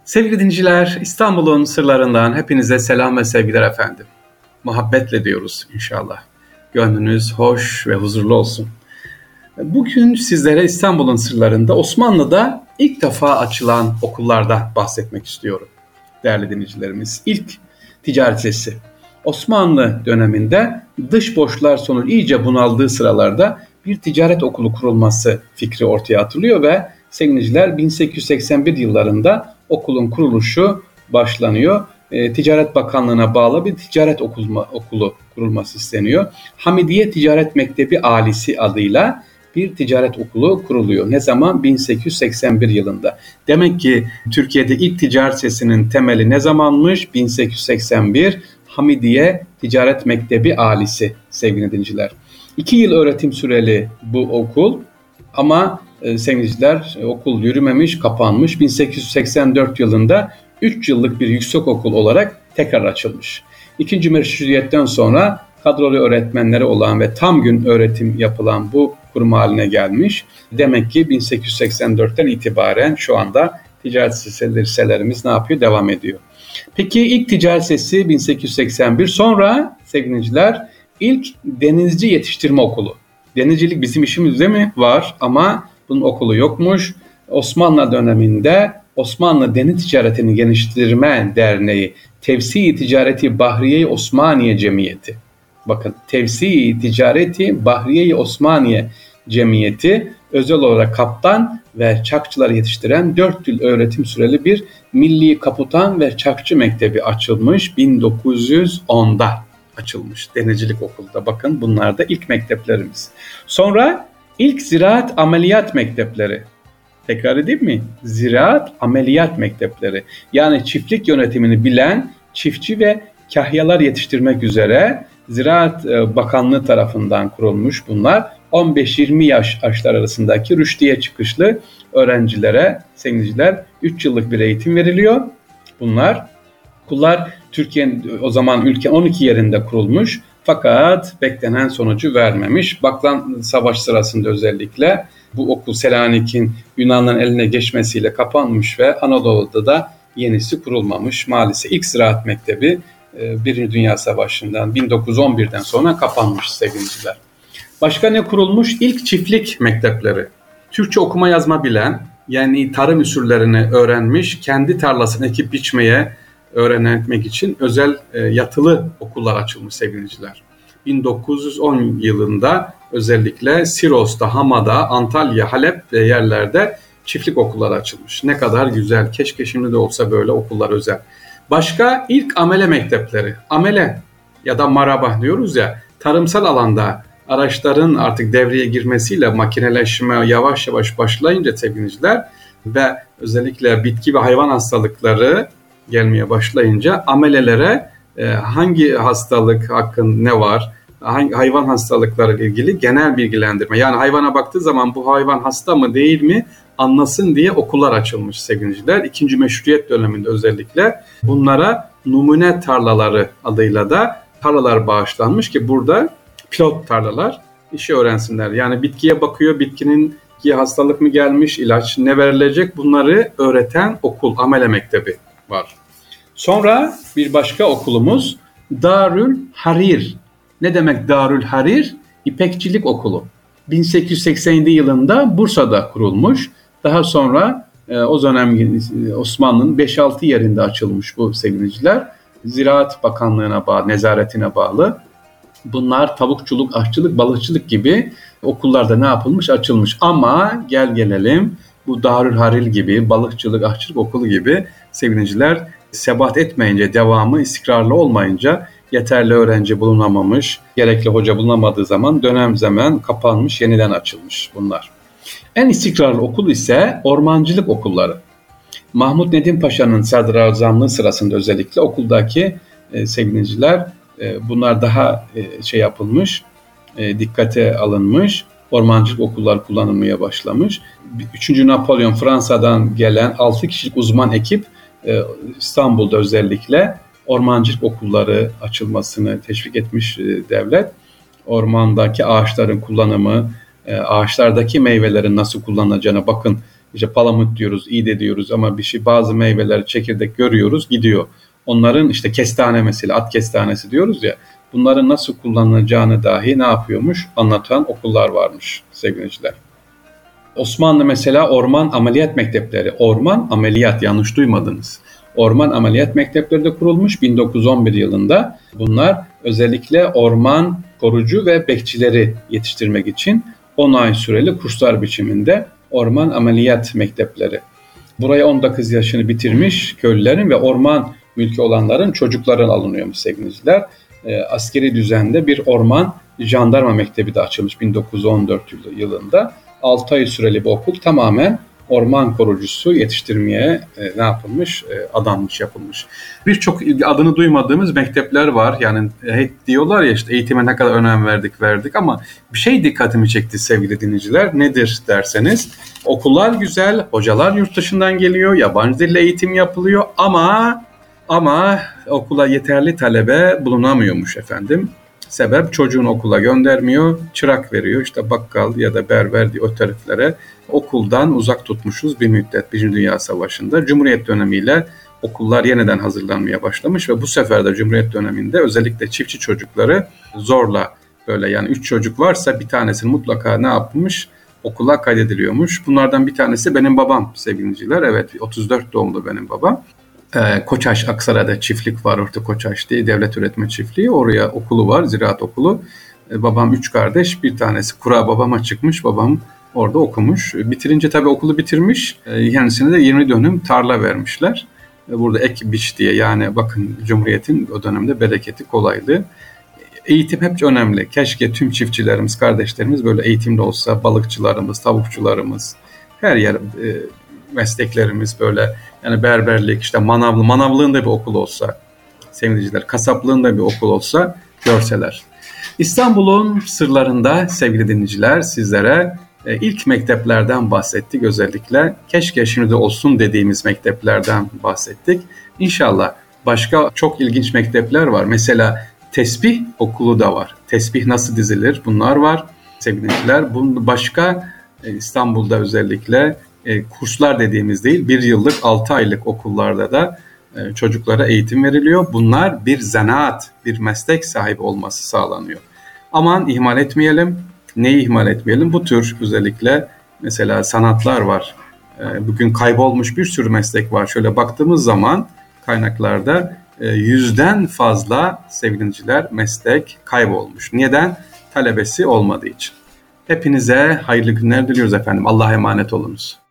Sevgili dinleyiciler, İstanbul'un sırlarından hepinize selam ve sevgiler efendim. Muhabbetle diyoruz inşallah. Gönlünüz hoş ve huzurlu olsun. Bugün sizlere İstanbul'un sırlarında Osmanlı'da ilk defa açılan okullarda bahsetmek istiyorum. Değerli dinleyicilerimiz, ilk ticaret lisesi. Osmanlı döneminde dış borçlar sonucu iyice bunaldığı sıralarda bir ticaret okulu kurulması fikri ortaya atılıyor ve sevgili dinleyiciler 1881 yıllarında okulun kuruluşu başlanıyor. Ticaret Bakanlığı'na bağlı bir ticaret okulu kurulması isteniyor. Hamidiye Ticaret Mektebi Alisi adıyla bir ticaret okulu kuruluyor. Ne zaman? 1881 yılında. Demek ki Türkiye'de ilk ticaret lisesinin temeli ne zamanmış? 1881 Hamidiye Ticaret Mektebi Alisi sevgili dinleyiciler. 2 yıl öğretim süreli bu okul ama sevgili dinleyiciler okul yürümemiş, kapanmış. 1884 yılında 3 yıllık bir yüksekokul olarak tekrar açılmış. İkinci meşrutiyetten sonra kadrolu öğretmenleri olan ve tam gün öğretim yapılan bu kurum haline gelmiş. Demek ki 1884'ten itibaren şu anda ticaret liselerimiz ne yapıyor? Devam ediyor. Peki ilk ticaret lisesi 1881, sonra sevgili dinleyiciler ilk denizci yetiştirme okulu. Denizcilik bizim işimizde mi? Var ama bunun okulu yokmuş. Osmanlı döneminde Osmanlı Deniz Ticaretini Geliştirme Derneği Tevsi-i Ticareti Bahriye-i Osmaniye Cemiyeti. Bakın, Tevsi-i Ticareti Bahriye-i Osmaniye Cemiyeti özel olarak kaptan ve çakçılar yetiştiren 4 yıl öğretim süreli bir Milli Kaputan ve Çakçı Mektebi açılmış 1910'da. Açılmış denizcilik okulda. Bakın bunlar da ilk mekteplerimiz. Sonra ilk ziraat ameliyat mektepleri. Tekrar edeyim mi? Ziraat ameliyat mektepleri. Yani çiftlik yönetimini bilen çiftçi ve kahyalar yetiştirmek üzere Ziraat Bakanlığı tarafından kurulmuş bunlar. 15-20 yaşlar arasındaki rüştiye çıkışlı öğrencilere, sevgiliciler 3 yıllık bir eğitim veriliyor. Bunlar okullar Türkiye'nin o zaman ülke 12 yerinde kurulmuş fakat beklenen sonucu vermemiş. Balkan Savaşı sırasında özellikle bu okul Selanik'in Yunanların eline geçmesiyle kapanmış ve Anadolu'da da yenisi kurulmamış. Maalesef ilk ziraat mektebi Birinci Dünya Savaşı'ndan 1911'den sonra kapanmış sevgiliciler. Başka ne kurulmuş? İlk çiftlik mektepleri. Türkçe okuma yazma bilen, yani tarım usullerini öğrenmiş, kendi tarlasını ekip biçmeye öğrenmek için özel yatılı okullar açılmış sevgiliciler. 1910 yılında özellikle Siros'ta, Hama'da, Antalya, Halep ve yerlerde çiftlik okulları açılmış. Ne kadar güzel. Keşke şimdi de olsa böyle okullar özel. Başka ilk amele mektepleri. Amele ya da maraba diyoruz ya, tarımsal alanda araçların artık devreye girmesiyle makineleşme yavaş yavaş başlayınca sevgiliciler ve özellikle bitki ve hayvan hastalıkları gelmeye başlayınca amelelere hangi hastalık hakkında ne var, hangi hayvan hastalıkları ile ilgili genel bilgilendirme. Yani hayvana baktığı zaman bu hayvan hasta mı değil mi anlasın diye okullar açılmış sevgiliciler. İkinci Meşrutiyet döneminde özellikle bunlara numune tarlaları adıyla da tarlalar bağışlanmış ki burada pilot tarlalar işi öğrensinler. Yani bitkiye bakıyor, bitkinin hastalık mı gelmiş, ilaç ne verilecek, bunları öğreten okul, amele mektebi var. Sonra bir başka okulumuz Darül Harir. Ne demek Darül Harir? İpekçilik okulu. 1887 yılında Bursa'da kurulmuş. Daha sonra o dönem Osmanlı'nın 5-6 yerinde açılmış bu sevgiliciler. Ziraat Bakanlığı'na bağlı, nezaretine bağlı. Bunlar tavukçuluk, aşçılık, balıkçılık gibi okullarda ne yapılmış? Açılmış. Ama gelelim bu Darül Harir gibi, balıkçılık, aşçılık okulu gibi sevgiliciler sebat etmeyince, devamı istikrarlı olmayınca, yeterli öğrenci bulunamamış, gerekli hoca bulunamadığı zaman dönem zaman kapanmış, yeniden açılmış bunlar. En istikrarlı okul ise ormancılık okulları. Mahmut Nedim Paşa'nın sadrazamlığı sırasında özellikle okuldaki sevgiliciler bunlar daha yapılmış, dikkate alınmış, ormancılık okulları kullanılmaya başlamış. 3. Napolyon Fransa'dan gelen 6 kişilik uzman ekip İstanbul'da özellikle ormancılık okulları açılmasını teşvik etmiş devlet. Ormandaki ağaçların kullanımı, ağaçlardaki meyvelerin nasıl kullanılacağına bakın. İşte palamut diyoruz, iğde diyoruz ama bazı meyveler çekirdek görüyoruz gidiyor. Onların işte kestane mesela, at kestanesi diyoruz ya, bunların nasıl kullanılacağını dahi ne yapıyormuş anlatan okullar varmış sevgiliciler. Osmanlı mesela orman ameliyat mektepleri, orman ameliyat, yanlış duymadınız. Orman ameliyat mektepleri de kurulmuş 1911 yılında. Bunlar özellikle orman korucu ve bekçileri yetiştirmek için 10 ay süreli kurslar biçiminde orman ameliyat mektepleri. Buraya 19 yaşını bitirmiş köylülerin ve orman mülkü olanların çocukları alınıyormuş sevgiliciler. Askeri düzende bir orman jandarma mektebi de açılmış 1914 yılında. 6 ay süreli bir okul tamamen orman korucusu yetiştirmeye ne yapılmış? Adanmış, yapılmış. Birçok adını duymadığımız mektepler var. Yani diyorlar ya işte eğitime ne kadar önem verdik ama bir şey dikkatimi çekti sevgili dinleyiciler. Nedir derseniz, okullar güzel, hocalar yurt dışından geliyor, yabancı dille eğitim yapılıyor ama okula yeterli talebe bulunamıyormuş efendim. Sebep, çocuğunu okula göndermiyor, çırak veriyor, işte bakkal ya da berber diye o tariflere okuldan uzak tutmuşuz bir müddet Birinci Dünya Savaşı'nda. Cumhuriyet dönemiyle okullar yeniden hazırlanmaya başlamış ve bu sefer de Cumhuriyet döneminde özellikle çiftçi çocukları zorla, böyle yani 3 çocuk varsa bir tanesini mutlaka ne yapmış? Okula kaydediliyormuş. Bunlardan bir tanesi benim babam sevgiliciler. Evet, 34 doğumlu benim babam. Koçaş, Aksaray'da çiftlik var, Orta Koçaş diye devlet üretme çiftliği. Oraya okulu var, ziraat okulu. Babam 3 kardeş, bir tanesi kura babama çıkmış, babam orada okumuş. Bitirince tabii okulu bitirmiş, kendisine de 20 dönüm tarla vermişler. Burada ek biç diye, yani bakın Cumhuriyet'in o dönemde bereketi kolaydı. Eğitim hep önemli. Keşke tüm çiftçilerimiz, kardeşlerimiz böyle eğitimli olsa, balıkçılarımız, tavukçularımız, her yer mesleklerimiz böyle, yani berberlik, işte manavlığın da bir okul olsa, sevgiliciler, kasaplığın da bir okul olsa görseler. İstanbul'un sırlarında sevgili dinleyiciler sizlere ilk mekteplerden bahsettik özellikle. Keşke şimdi de olsun dediğimiz mekteplerden bahsettik. İnşallah başka çok ilginç mektepler var. Mesela tesbih okulu da var. Tesbih nasıl dizilir? Bunlar var sevgili dinleyiciler. Bunun başka İstanbul'da özellikle kurslar dediğimiz değil, 1 yıllık 6 aylık okullarda da çocuklara eğitim veriliyor. Bunlar bir zanaat, bir meslek sahibi olması sağlanıyor. Aman ihmal etmeyelim. Neyi ihmal etmeyelim? Bu tür özellikle mesela sanatlar var. Bugün kaybolmuş bir sürü meslek var. Şöyle baktığımız zaman kaynaklarda 100'den fazla sevgiliciler meslek kaybolmuş. Neden? Talebesi olmadığı için. Hepinize hayırlı günler diliyoruz efendim. Allah'a emanet olunuz.